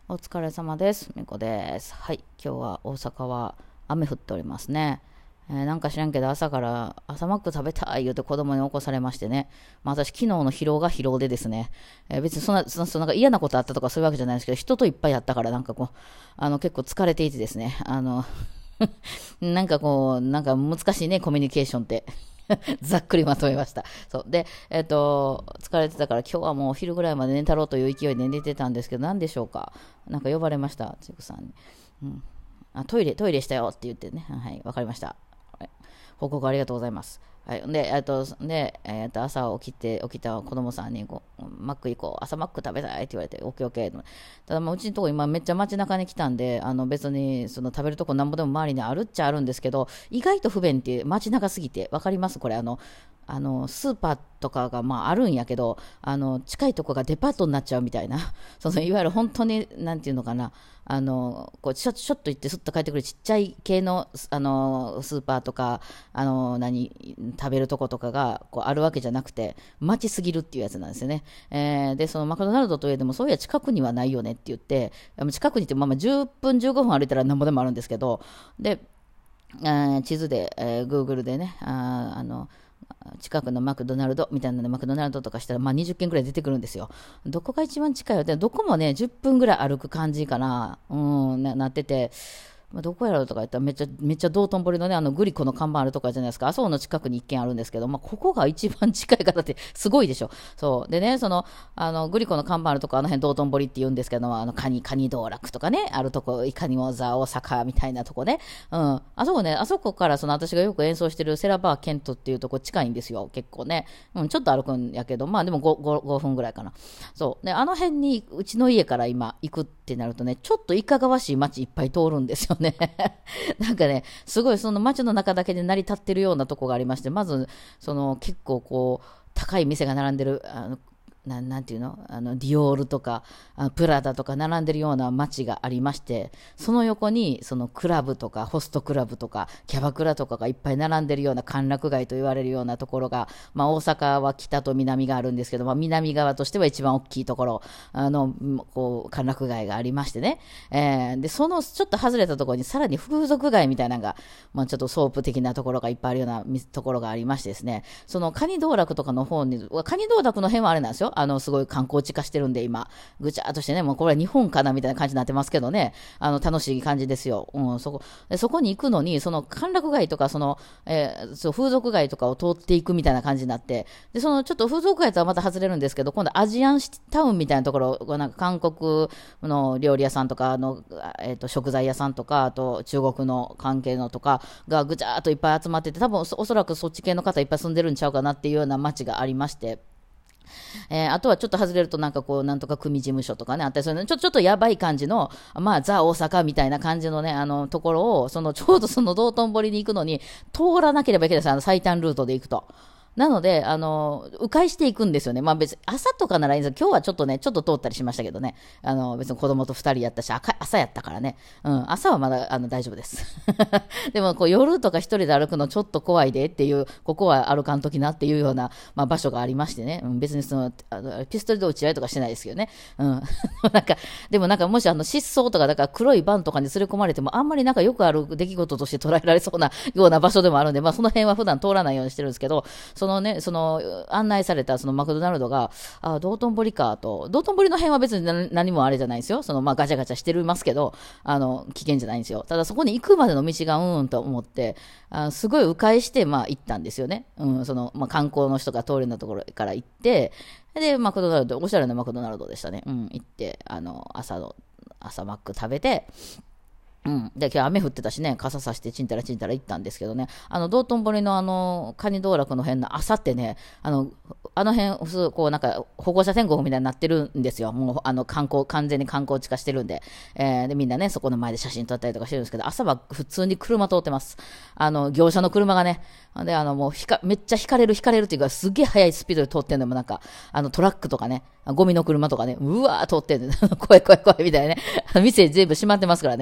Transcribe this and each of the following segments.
お疲れ様です。みこです。はい、今日は大阪は雨降っておりますね。なんか知らんけど朝から朝マック食べたい言うて子供に起こされましてね。まあ私昨日の疲労が疲労でですね、別にそんななんか嫌なことあったとかそういうわけじゃないんですけど、人といっぱいやったからなんかこう、結構疲れていてですね、なんかこう、なんか難しいね、コミュニケーションって。ざっくりまとめました。そう。で、疲れてたから今日はもうお昼ぐらいまで寝たろうという勢いで寝てたんですけど、何でしょうか。なんか呼ばれました、ちくさんに。うん。トイレしたよって言ってね。はい、わかりました。はい、報告ありがとうございます。はい。で、朝起きた子供さんにマック行こう、朝マック食べたいって言われて、オッケーオッケー。ただ、うちのとこ今めっちゃ街中に来たんで、別にその食べるとこなんぼでも周りにあるっちゃあるんですけど、意外と不便って街中すぎて、わかりますこれ、スーパーとかがまああるんやけど、近いとこがデパートになっちゃうみたいな、いわゆる本当に、なんていうのかな、ちょっと行ってすっと帰ってくるちっちゃい系の、スーパーとか、食べるとことかがこうあるわけじゃなくて、街すぎるっていうやつなんですよね。で、そのマクドナルドといえども、そういや近くにはないよねって言って、近くにって、まあ10分、15分歩いたらなんぼでもあるんですけど、で、地図で、Google でね、近くのマクドナルドみたいなので、マクドナルドとかしたら、まあ、20件くらい出てくるんですよ。どこが一番近いよって、どこもね、10分ぐらい歩く感じかな、なってて、まあ、どこやろうとか言ったらめっちゃ道頓堀のね、グリコの看板あるとかじゃないですか。あそこの近くに一軒あるんですけど、まあ、ここが一番近い方ってすごいでしょ。そう。でね、グリコの看板あるとこ、あの辺道頓堀って言うんですけども、カニ道楽とかね、あるとこ、いかにもザ大阪みたいなとこね。うん。あそこね、あそこから私がよく演奏してるセラバーケントっていうとこ近いんですよ。結構ね。うん、ちょっと歩くんやけど、まあでも5分ぐらいかな。そう。で、あの辺に、うちの家から今行くってなるとね、ちょっといかがわしい街いっぱい通るんですよね。なんかね、すごいその街の中だけで成り立ってるようなとこがありまして、まず、結構こう、高い店が並んでる、なんていうのディオールとか、プラダとか並んでるような街がありまして、その横に、そのクラブとか、ホストクラブとか、キャバクラとかがいっぱい並んでるような歓楽街と言われるようなところが、まあ大阪は北と南があるんですけど、まあ南側としては一番大きいところ、こう、歓楽街がありましてね。で、そのちょっと外れたところにさらに風俗街みたいなのが、まあちょっとソープ的なところがいっぱいあるようなところがありましてですね、そのカニ道楽とかの方に、カニ道楽の辺はあれなんですよ。すごい観光地化してるんで、今、ぐちゃっとしてね、もうこれは日本かなみたいな感じになってますけどね、楽しい感じですよ。うん、そこに行くのに、その歓楽街とか、そう風俗街とかを通っていくみたいな感じになって、で、ちょっと風俗街とはまた外れるんですけど、今度アジアンタウンみたいなところ、なんか韓国の料理屋さんとか食材屋さんとか、あと中国の関係のとかがぐちゃっといっぱい集まってて、多分おそらくそっち系の方いっぱい住んでるんちゃうかなっていうような街がありまして、あとはちょっと外れるとなんかこう、なんとか組事務所とかね、あったりするの、ちょっとやばい感じの、まあ、ザ大阪みたいな感じのね、ところを、ちょうどその道頓堀に行くのに、通らなければいけないです。最短ルートで行くと。なので、迂回していくんですよね。まあ別に朝とかならいいんですけど、今日はちょっとね、ちょっと通ったりしましたけどね。別に子供と二人やったし、朝やったからね。うん、朝はまだ、大丈夫です。でも、こう、夜とか一人で歩くのちょっと怖いでっていう、ここは歩かんときなっていうような、まあ場所がありましてね。うん、別にピストルで撃ち合いとかしてないですけどね。うん。なんか、でもなんかもし失踪とか、だから黒いバンとかに連れ込まれても、あんまりなんかよくある出来事として捉えられそうなような場所でもあるんで、まあその辺は普段通らないようにしてるんですけど、案内されたそのマクドナルドが、道頓堀かと、道頓堀の辺は別に何もあれじゃないんですよ。まあガチャガチャしてますけど、危険じゃないんですよ。ただそこに行くまでの道がと思って、すごい迂回して、まあ行ったんですよね。うん、まあ観光の人が通るようなところから行って、で、マクドナルド、おしゃれなマクドナルドでしたね。うん、行って、朝マック食べて、うん。で、今日雨降ってたしね、傘さしてちんたらちんたら行ったんですけどね、道頓堀のカニ道楽の辺の朝ってね、あの辺、こうなんか、歩行者天国みたいになってるんですよ。もう、完全に観光地化してるんで。で、みんなね、そこの前で写真撮ったりとかしてるんですけど、朝は普通に車通ってます。業者の車がね、で、もう、めっちゃ引かれるっていうか、すげえ速いスピードで通ってんのもなんか、トラックとかね、ゴミの車とかね、うわー通ってんの、怖い怖い怖いみたいなね。店全部閉まってますからね、朝はね。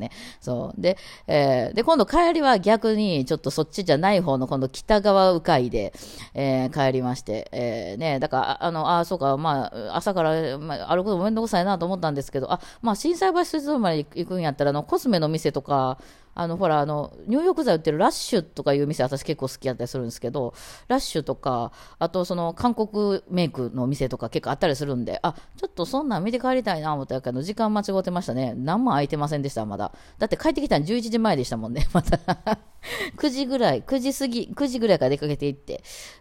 ね。そう。で、で、今度帰りは逆に、ちょっとそっちじゃない方の、今度北側迂回で、帰りまして、ね、だから、そうか、まあ、朝から、まあ、歩くのもめんどくさいなと思ったんですけど、まあ、心斎橋水道まで行くんやったら、コスメの店とか、ほら、入浴剤売ってるラッシュとかいう店、私結構好きだったりするんですけど、ラッシュとか、あと、韓国メイクの店とか結構あったりするんで、ちょっとそんなん見て帰りたいな思ったけど、時間間違ってましたね。何も空いてませんでした、まだ。だって帰ってきたの11時前でしたもんね、また。9時ぐらい、9時過ぎ、9時ぐらいから出かけて行って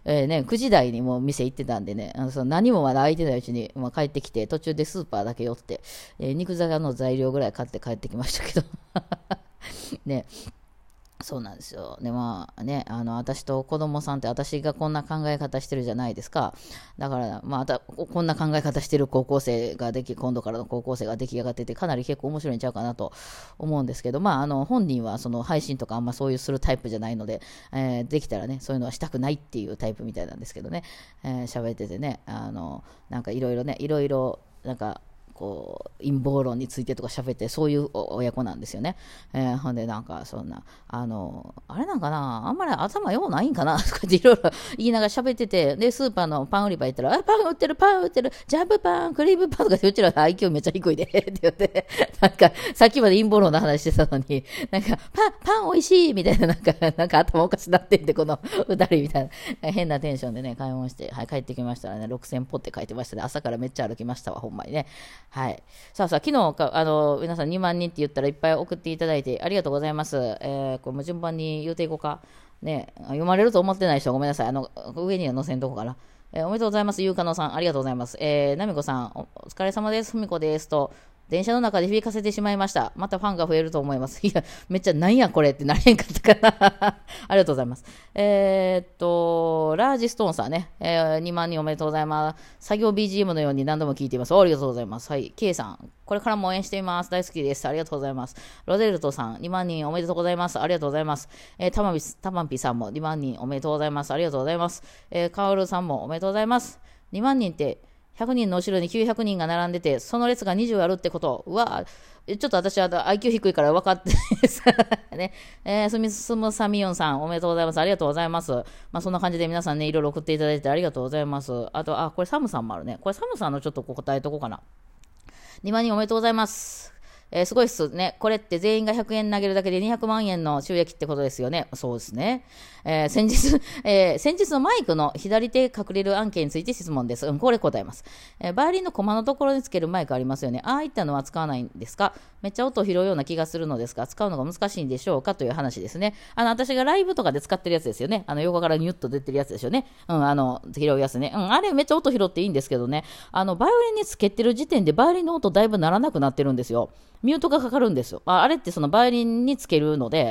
、9時台にもう店行ってたんでね、何もまだ空いてないうちに、まあ、帰ってきて、途中でスーパーだけ寄って、肉じゃがの材料ぐらい買って帰ってきましたけど。ね、そうなんですよ。で、まあね、私と子供さんって私がこんな考え方してるじゃないですか。だから、まあ、こんな考え方してる高校生が今度からの高校生が出来上がってて、かなり結構面白いんちゃうかなと思うんですけど、まあ、本人はその配信とかあんまそういうするタイプじゃないので、できたらね、そういうのはしたくないっていうタイプみたいなんですけどね、喋っててね、なんかいろいろね、いろいろ、なんか、こう陰謀論についてとか喋って、そういう親子なんですよね。ほんでなんかそんなあれなんかな、あんまり頭ようないんかなとかっていろいろ言いながら喋ってて、でスーパーのパン売り場行ったら、パン売ってるパン売ってる、ジャムパンクリームパンとかって、うちら IQ めっちゃ低いでって言って、なんかさっきまで陰謀論の話してたのに、なんかパン美味しいみたいな、なんか頭おかしなってんで、この二人みたいな変なテンションでね買い物して、はい、帰ってきましたらね、6000歩って書いてましたね。朝からめっちゃ歩きましたわ、ほんまにね。はい。さあ、昨日皆さん2万人って言ったらいっぱい送っていただいてありがとうございます。これも順番に言うていこうか。ね、読まれると思ってない人はごめんなさい。上には載せんとこかな。おめでとうございます。ゆうかのさん、ありがとうございます。なみこさん、お疲れ様です。ふみこです。と、電車の中で響かせてしまいました。またファンが増えると思います。いや、めっちゃなんやこれってなれんかったかな。ありがとうございます。ラージストーンさんね、2万人おめでとうございます。作業 BGM のように何度も聞いています。ありがとうございます。はい。K さん、これからも応援しています。大好きです。ありがとうございます。ロゼルトさん、2万人おめでとうございます。ありがとうございます。たまんぴさんも2万人おめでとうございます。ありがとうございます。カオルさんもおめでとうございます。2万人って、100人の後ろに900人が並んでて、その列が20あるってこと。うわ、ちょっと私は IQ 低いから分かってないです。ね。すむさみよんさん、おめでとうございます。ありがとうございます。まあ、そんな感じで皆さんね、いろいろ送っていただいてありがとうございます。あと、これサムさんもあるね。これサムさんのちょっと答えとこうかな。2万人おめでとうございます。すごいっすね。これって全員が100円投げるだけで200万円の収益ってことですよね。そうですね。先日のマイクの左手隠れる案件について質問です。これ答えます。バイオリンのコマのところにつけるマイクありますよね。ああいったのは使わないんですか？めっちゃ音を拾うような気がするのですが、使うのが難しいんでしょうかという話ですね。私がライブとかで使ってるやつですよね。横からニュッと出てるやつですよね。拾うやつね。あれめっちゃ音拾っていいんですけどね。バイオリンにつけてる時点でバイオリンの音だいぶならなくなってるんですよ。ミュートがかかるんですよ。あれってそのバイオリンにつけるので、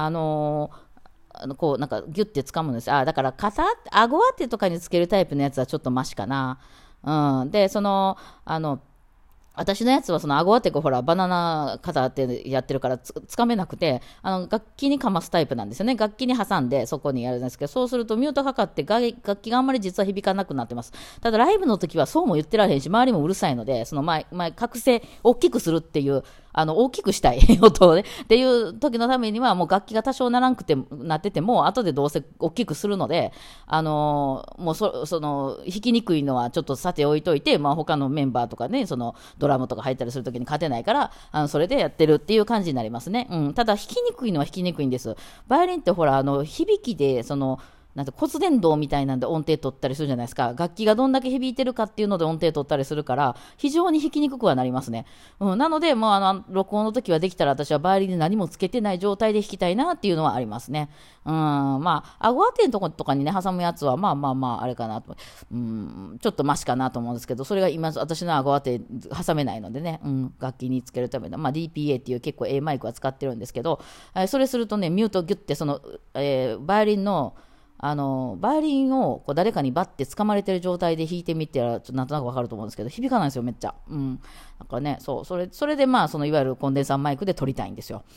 こうなんかギュッて掴むんです。だから顎当てとかにつけるタイプのやつはちょっとマシかな。で、私のやつはその顎当てがほらバナナ肩当てやってるからつかめなくて、楽器にかますタイプなんですよね。楽器に挟んでそこにやるんですけど、そうするとミュートかかって楽器があんまり実は響かなくなってます。ただライブの時はそうも言ってられへんし、周りもうるさいので、その覚醒大きくするっていう、大きくしたい音をねっていう時のためには、もう楽器が多少ならんくてなってても後でどうせ大きくするので、もうその弾きにくいのはちょっとさて置いといて、他のメンバーとかね、そのドラムとか入ったりする時に勝てないから、それでやってるっていう感じになりますね。ただ弾きにくいのは弾きにくいんです。バイオリンってほら響きでなんて骨伝導みたいなんで音程取ったりするじゃないですか。楽器がどんだけ響いてるかっていうので音程取ったりするから、非常に弾きにくくはなりますね。なので、録音の時はできたら私はバイオリンで何もつけてない状態で弾きたいなっていうのはありますね。顎当てのとことかにね、挟むやつは、あれかなと。ちょっとマシかなと思うんですけど、それが今、私の顎当て挟めないのでね、楽器につけるための、DPA っていう結構マイクは使ってるんですけど、それするとね、ミュートギュッて、バイオリンの、バイオリンをこう誰かにバッて掴まれてる状態で弾いてみてらなんとなくわかると思うんですけど、響かないんですよ、めっちゃ。だからね、それでいわゆるコンデンサーマイクで撮りたいんですよ。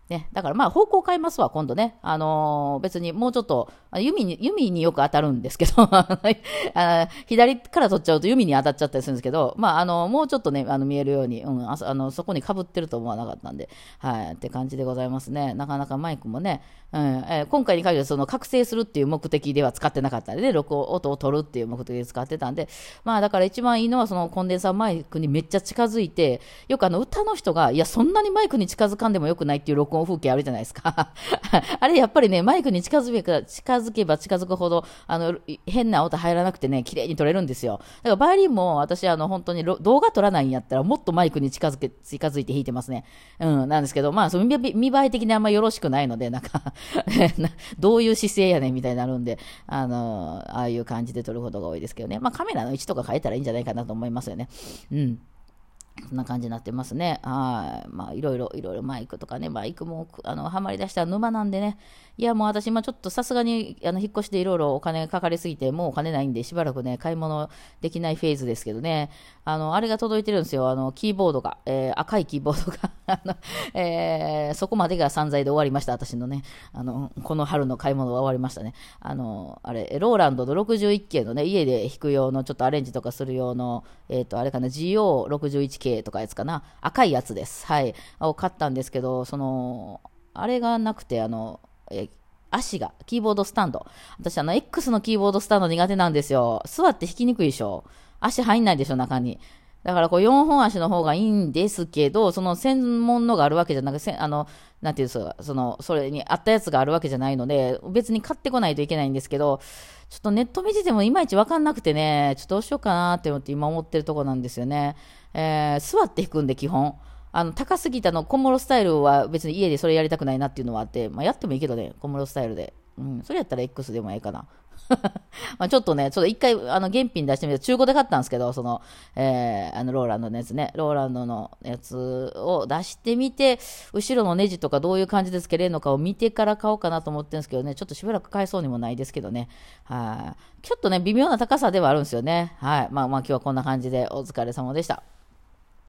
ね、だからまあ方向変えますわ、今度ね。別にもうちょっと、弓によく当たるんですけど、左から取っちゃうと弓に当たっちゃったりするんですけど、まあもうちょっとね、見えるように、そこに被ってると思わなかったんで、はい、って感じでございますね。なかなかマイクもね、今回に限りその覚醒するっていう目的では使ってなかったんでね、音を取るっていう目的で使ってたんで、まあだから一番いいのはそのコンデンサーマイクにめっちゃ近づいて、よく歌の人が、いや、そんなにマイクに近づかんでもよくないっていう録音風景あるじゃないですか。あれやっぱりね、マイクに近づけば近づくほど、変な音入らなくてね、綺麗に撮れるんですよ。だからバイオリンも私、本当に動画撮らないんやったら、もっとマイクに近づいて弾いてますね。なんですけど、まあ、その見栄え的にあんまよろしくないので、なんかどういう姿勢やねんみたいになるんで、ああいう感じで撮ることが多いですけどね。まあ、カメラの位置とか変えたらいいんじゃないかなと思いますよね。うん。そんな感じになってますね。はい。まあ、いろいろマイクとかね、マイクも、はまり出したら沼なんでね。いや、もう私、今ちょっとさすがに、引っ越しでいろいろお金かかりすぎて、もうお金ないんで、しばらくね、買い物できないフェーズですけどね。あれが届いてるんですよ。キーボードが、赤いキーボードがそこまでが散財で終わりました、私のね。この春の買い物は終わりましたね。あれ、ローランドの61系のね、家で弾く用の、ちょっとアレンジとかする用の、あれかな、GO61K とかやつかな、赤いやつです。はい。を買ったんですけど、あれがなくて、キーボードスタンド。私、X のキーボードスタンド苦手なんですよ。座って弾きにくいでしょ。足入んないでしょ、中に。だから、4本足の方がいいんですけど、その専門のがあるわけじゃなくて、なんていうんですか、それに合ったやつがあるわけじゃないので、別に買ってこないといけないんですけど、ちょっとネット見ててもいまいちわかんなくてね、ちょっとどうしようかなって思って今思ってるとこなんですよね。座って弾くんで基本。高すぎた小室スタイルは別に家でそれやりたくないなっていうのはあって、まあ、やってもいいけどね、小室スタイルで。うん、それやったら X でもいいかな。まあちょっとね、ちょっと一回、原品出してみて、中古で買ったんですけど、ローランドのやつね、ローランドのやつを出してみて、後ろのネジとかどういう感じでつけれるのかを見てから買おうかなと思ってるんですけどね、ちょっとしばらく買えそうにもないですけどね。はい。ちょっとね、微妙な高さではあるんですよね。はい。まあ今日はこんな感じでお疲れ様でした。